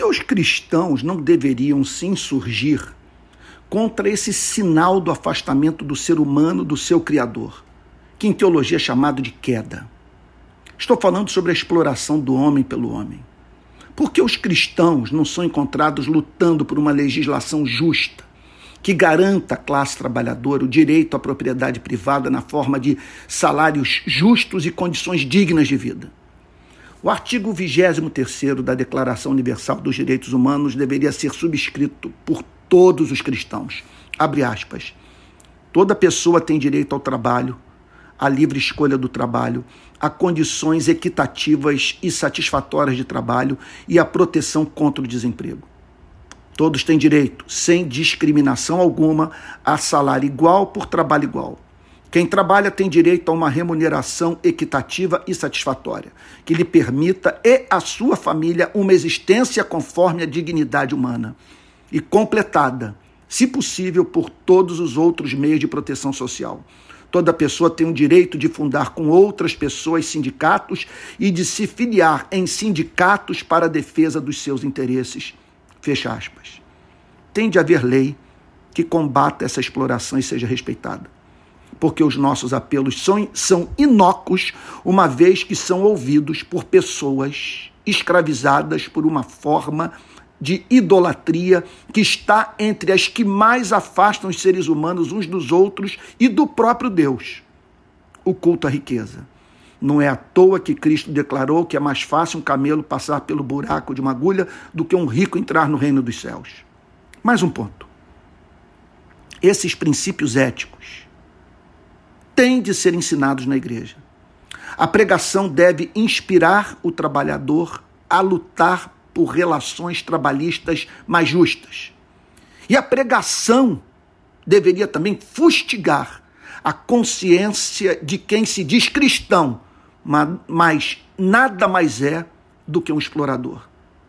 que os cristãos não deveriam se insurgir contra esse sinal do afastamento do ser humano do seu Criador, que em teologia é chamado de queda? Estou falando sobre a exploração do homem pelo homem. Por que os cristãos não são encontrados lutando por uma legislação justa, que garanta à classe trabalhadora o direito à propriedade privada na forma de salários justos e condições dignas de vida? O artigo 23º da Declaração Universal dos Direitos Humanos deveria ser subscrito por todos os cristãos. Abre aspas. Toda pessoa tem direito ao trabalho, à livre escolha do trabalho, a condições equitativas e satisfatórias de trabalho e à proteção contra o desemprego. Todos têm direito, sem discriminação alguma, a salário igual por trabalho igual. Quem trabalha tem direito a uma remuneração equitativa e satisfatória, que lhe permita e à sua família uma existência conforme a dignidade humana e completada, se possível, por todos os outros meios de proteção social. Toda pessoa tem o direito de fundar com outras pessoas sindicatos e de se filiar em sindicatos para a defesa dos seus interesses. Fecha aspas. Tem de haver lei que combata essa exploração e seja respeitada, porque os nossos apelos são inócuos, uma vez que são ouvidos por pessoas escravizadas por uma forma de idolatria que está entre as que mais afastam os seres humanos uns dos outros e do próprio Deus: o culto à riqueza. Não é à toa que Cristo declarou que é mais fácil um camelo passar pelo buraco de uma agulha do que um rico entrar no reino dos céus. Mais um ponto. Esses princípios éticos têm de ser ensinados na igreja. A pregação deve inspirar o trabalhador a lutar por relações trabalhistas mais justas. E a pregação deveria também fustigar a consciência de quem se diz cristão, mas nada mais é do que um explorador.